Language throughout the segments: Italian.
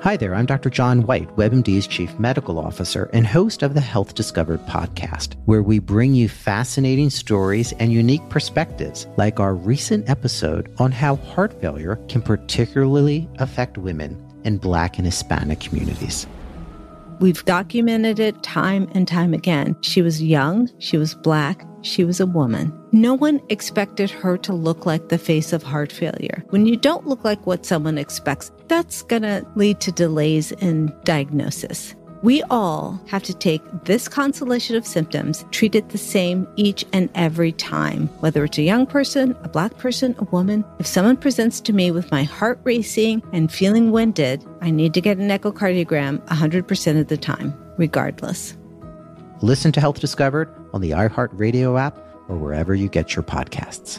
Hi there, I'm Dr. John White, WebMD's Chief Medical Officer and host of the Health Discovered podcast, where we bring you fascinating stories and unique perspectives, like our recent episode on how heart failure can particularly affect women in Black and Hispanic communities. We've documented it time and time again. She was young, she was Black, she was a woman. No one expected her to look like the face of heart failure. When you don't look like what someone expects, that's going to lead to delays in diagnosis. We all have to take this constellation of symptoms, treat it the same each and every time, whether it's a young person, a Black person, a woman. If someone presents to me with my heart racing and feeling winded, I need to get an echocardiogram 100% of the time, regardless. Listen to Health Discovered on the iHeartRadio app or wherever you get your podcasts.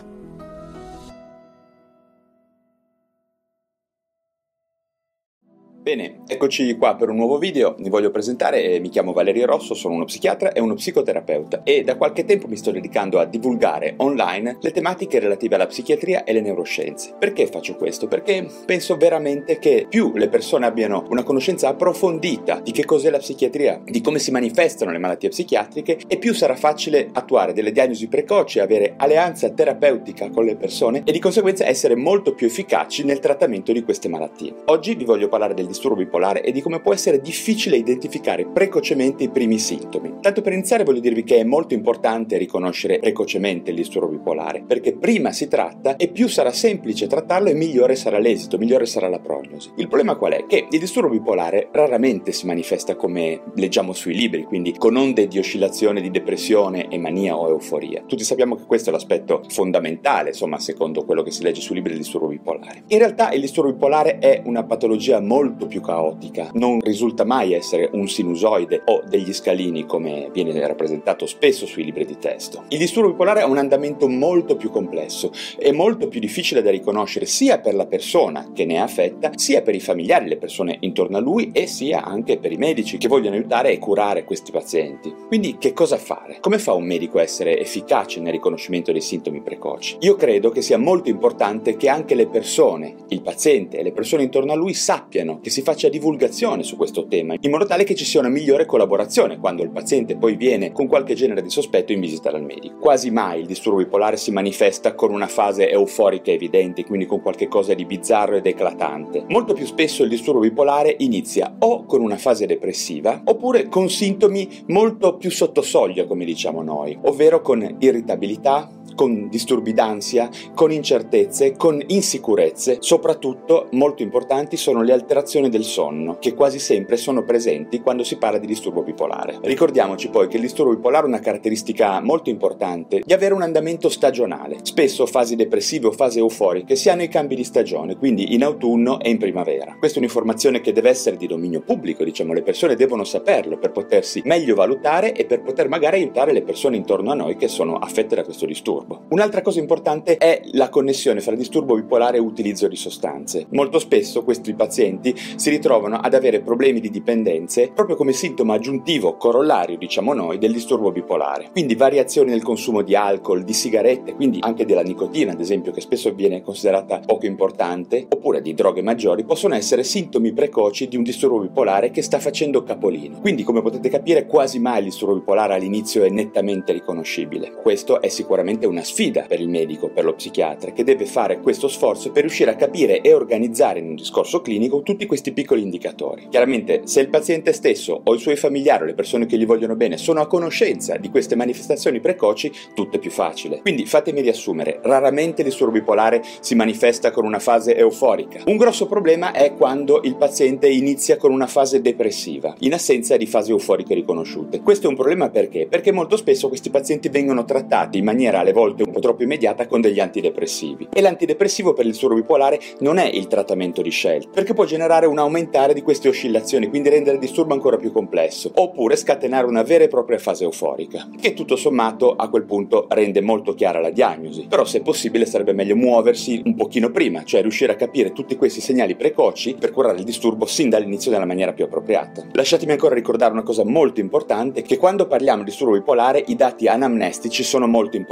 Bene, eccoci qua per un nuovo video. Mi voglio presentare, mi chiamo Valerio Rosso, sono uno psichiatra e uno psicoterapeuta e da qualche tempo mi sto dedicando a divulgare online le tematiche relative alla psichiatria e alle neuroscienze. Perché faccio questo? Perché penso veramente che più le persone abbiano una conoscenza approfondita di che cos'è la psichiatria, di come si manifestano le malattie psichiatriche, e più sarà facile attuare delle diagnosi precoci, avere alleanza terapeutica con le persone e di conseguenza essere molto più efficaci nel trattamento di queste malattie. Oggi vi voglio parlare del disturbo bipolare e di come può essere difficile identificare precocemente i primi sintomi. Tanto per iniziare voglio dirvi che è molto importante riconoscere precocemente il disturbo bipolare, perché prima si tratta e più sarà semplice trattarlo e migliore sarà l'esito, migliore sarà la prognosi. Il problema qual è? Che il disturbo bipolare raramente si manifesta come leggiamo sui libri, quindi con onde di oscillazione di depressione e mania o euforia. Tutti sappiamo che questo è l'aspetto fondamentale, insomma, secondo quello che si legge sui libri del disturbo bipolare. In realtà il disturbo bipolare è una patologia molto più caotica, non risulta mai essere un sinusoide o degli scalini come viene rappresentato spesso sui libri di testo. Il disturbo bipolare ha un andamento molto più complesso e molto più difficile da riconoscere sia per la persona che ne è affetta, sia per i familiari, le persone intorno a lui, e sia anche per i medici che vogliono aiutare e curare questi pazienti. Quindi che cosa fare? Come fa un medico a essere efficace nel riconoscimento dei sintomi precoci? Io credo che sia molto importante che anche le persone, il paziente e le persone intorno a lui sappiano che si faccia divulgazione su questo tema, in modo tale che ci sia una migliore collaborazione quando il paziente poi viene con qualche genere di sospetto in visita dal medico. Quasi mai il disturbo bipolare si manifesta con una fase euforica evidente, quindi con qualche cosa di bizzarro ed eclatante. Molto più spesso il disturbo bipolare inizia o con una fase depressiva oppure con sintomi molto più sotto soglia, come diciamo noi, ovvero con irritabilità, con disturbi d'ansia, con incertezze, con insicurezze. Soprattutto, molto importanti sono le alterazioni del sonno, che quasi sempre sono presenti quando si parla di disturbo bipolare. Ricordiamoci poi che il disturbo bipolare ha una caratteristica molto importante di avere un andamento stagionale. Spesso fasi depressive o fasi euforiche si hanno i cambi di stagione, quindi in autunno e in primavera. Questa è un'informazione che deve essere di dominio pubblico, diciamo, le persone devono saperlo per potersi meglio valutare e per poter magari aiutare le persone intorno a noi che sono affette da questo disturbo. Un'altra cosa importante è la connessione fra disturbo bipolare e utilizzo di sostanze. Molto spesso questi pazienti si ritrovano ad avere problemi di dipendenze proprio come sintomo aggiuntivo, corollario, diciamo noi, del disturbo bipolare. Quindi variazioni nel consumo di alcol, di sigarette, quindi anche della nicotina, ad esempio, che spesso viene considerata poco importante, oppure di droghe maggiori, possono essere sintomi precoci di un disturbo bipolare che sta facendo capolino. Quindi, come potete capire, quasi mai il disturbo bipolare all'inizio è nettamente riconoscibile. Questo è sicuramente una sfida per il medico, per lo psichiatra, che deve fare questo sforzo per riuscire a capire e organizzare in un discorso clinico tutti questi piccoli indicatori. Chiaramente, se il paziente stesso o i suoi familiari o le persone che gli vogliono bene sono a conoscenza di queste manifestazioni precoci, tutto è più facile. Quindi fatemi riassumere: raramente il disturbo bipolare si manifesta con una fase euforica. Un grosso problema è quando il paziente inizia con una fase depressiva, in assenza di fasi euforiche riconosciute. Questo è un problema perché? Perché molto spesso questi pazienti vengono trattati in maniera alle volte un po' troppo immediata con degli antidepressivi, e l'antidepressivo per il disturbo bipolare non è il trattamento di scelta, perché può generare un aumentare di queste oscillazioni, quindi rendere il disturbo ancora più complesso, oppure scatenare una vera e propria fase euforica, che tutto sommato a quel punto rende molto chiara la diagnosi. Però se possibile sarebbe meglio muoversi un pochino prima, cioè riuscire a capire tutti questi segnali precoci per curare il disturbo sin dall'inizio nella maniera più appropriata. Lasciatemi ancora ricordare una cosa molto importante, che quando parliamo di disturbo bipolare i dati anamnestici sono molto importanti.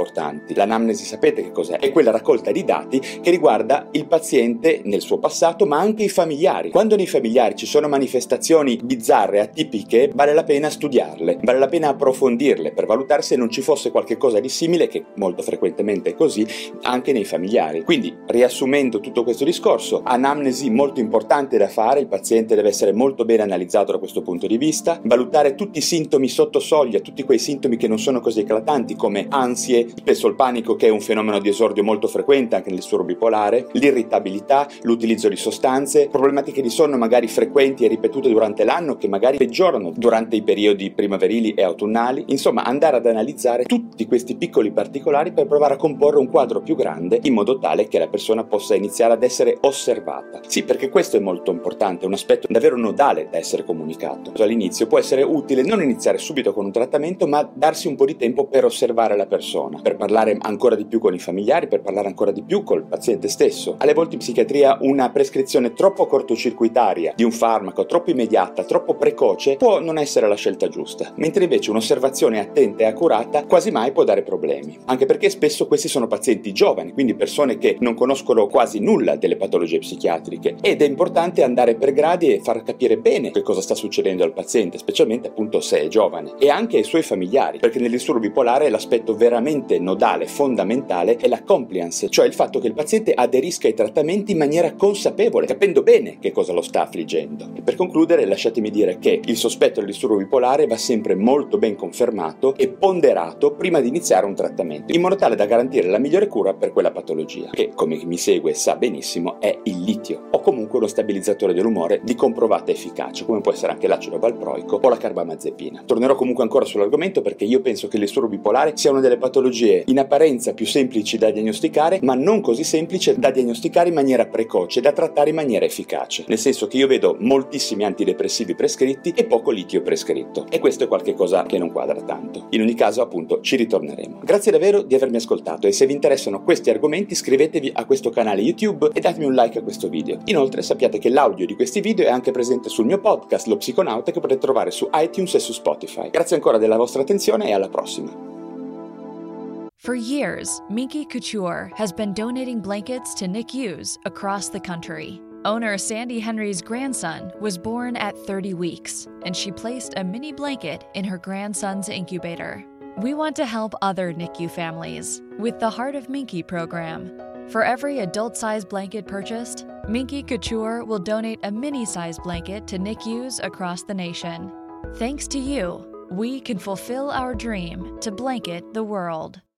trattamenti. L'anamnesi sapete che cos'è? È quella raccolta di dati che riguarda il paziente nel suo passato, ma anche i familiari. Quando nei familiari ci sono manifestazioni bizzarre, atipiche, vale la pena studiarle, vale la pena approfondirle per valutare se non ci fosse qualche cosa di simile, che molto frequentemente è così, anche nei familiari. Quindi, riassumendo tutto questo discorso, anamnesi molto importante da fare, il paziente deve essere molto bene analizzato da questo punto di vista, valutare tutti i sintomi sotto soglia, tutti quei sintomi che non sono così eclatanti come ansie, spesso il panico, che è un fenomeno di esordio molto frequente anche nel disturbo bipolare, l'irritabilità, l'utilizzo di sostanze, problematiche di sonno magari frequenti e ripetute durante l'anno che magari peggiorano durante i periodi primaverili e autunnali. Insomma, andare ad analizzare tutti questi piccoli particolari per provare a comporre un quadro più grande in modo tale che la persona possa iniziare ad essere osservata. Sì, perché questo è molto importante, è un aspetto davvero nodale da essere comunicato. All'inizio può essere utile non iniziare subito con un trattamento, ma darsi un po' di tempo per osservare la persona, per parlare ancora di più con i familiari, per parlare ancora di più col paziente stesso. Alle volte in psichiatria una prescrizione troppo cortocircuitaria di un farmaco, troppo immediata, troppo precoce, può non essere la scelta giusta, mentre invece un'osservazione attenta e accurata quasi mai può dare problemi, anche perché spesso questi sono pazienti giovani, quindi persone che non conoscono quasi nulla delle patologie psichiatriche, ed è importante andare per gradi e far capire bene che cosa sta succedendo al paziente, specialmente appunto se è giovane, e anche ai suoi familiari, perché nel disturbo bipolare l'aspetto veramente nodale, fondamentale, è la compliance, cioè il fatto che il paziente aderisca ai trattamenti in maniera consapevole, capendo bene che cosa lo sta affliggendo. E per concludere, lasciatemi dire che il sospetto del disturbo bipolare va sempre molto ben confermato e ponderato prima di iniziare un trattamento, in modo tale da garantire la migliore cura per quella patologia, che, come chi mi segue e sa benissimo, è il litio, o comunque uno stabilizzatore dell'umore di comprovata efficacia, come può essere anche l'acido valproico o la carbamazepina. Tornerò comunque ancora sull'argomento perché io penso che il disturbo bipolare sia una delle patologie in apparenza più semplici da diagnosticare, ma non così semplice da diagnosticare in maniera precoce, da trattare in maniera efficace, nel senso che io vedo moltissimi antidepressivi prescritti e poco litio prescritto, e questo è qualche cosa che non quadra tanto. In ogni caso, appunto, ci ritorneremo. Grazie davvero di avermi ascoltato, e se vi interessano questi argomenti iscrivetevi a questo canale YouTube e datemi un like a questo video. Inoltre sappiate che l'audio di questi video è anche presente sul mio podcast Lo Psiconauta, che potete trovare su iTunes e su Spotify. Grazie ancora della vostra attenzione e alla prossima. For years, Minky Couture has been donating blankets to NICUs across the country. Owner Sandy Henry's grandson was born at 30 weeks, and she placed a mini blanket in her grandson's incubator. We want to help other NICU families with the Heart of Minky program. For every adult-sized blanket purchased, Minky Couture will donate a mini-sized blanket to NICUs across the nation. Thanks to you, we can fulfill our dream to blanket the world.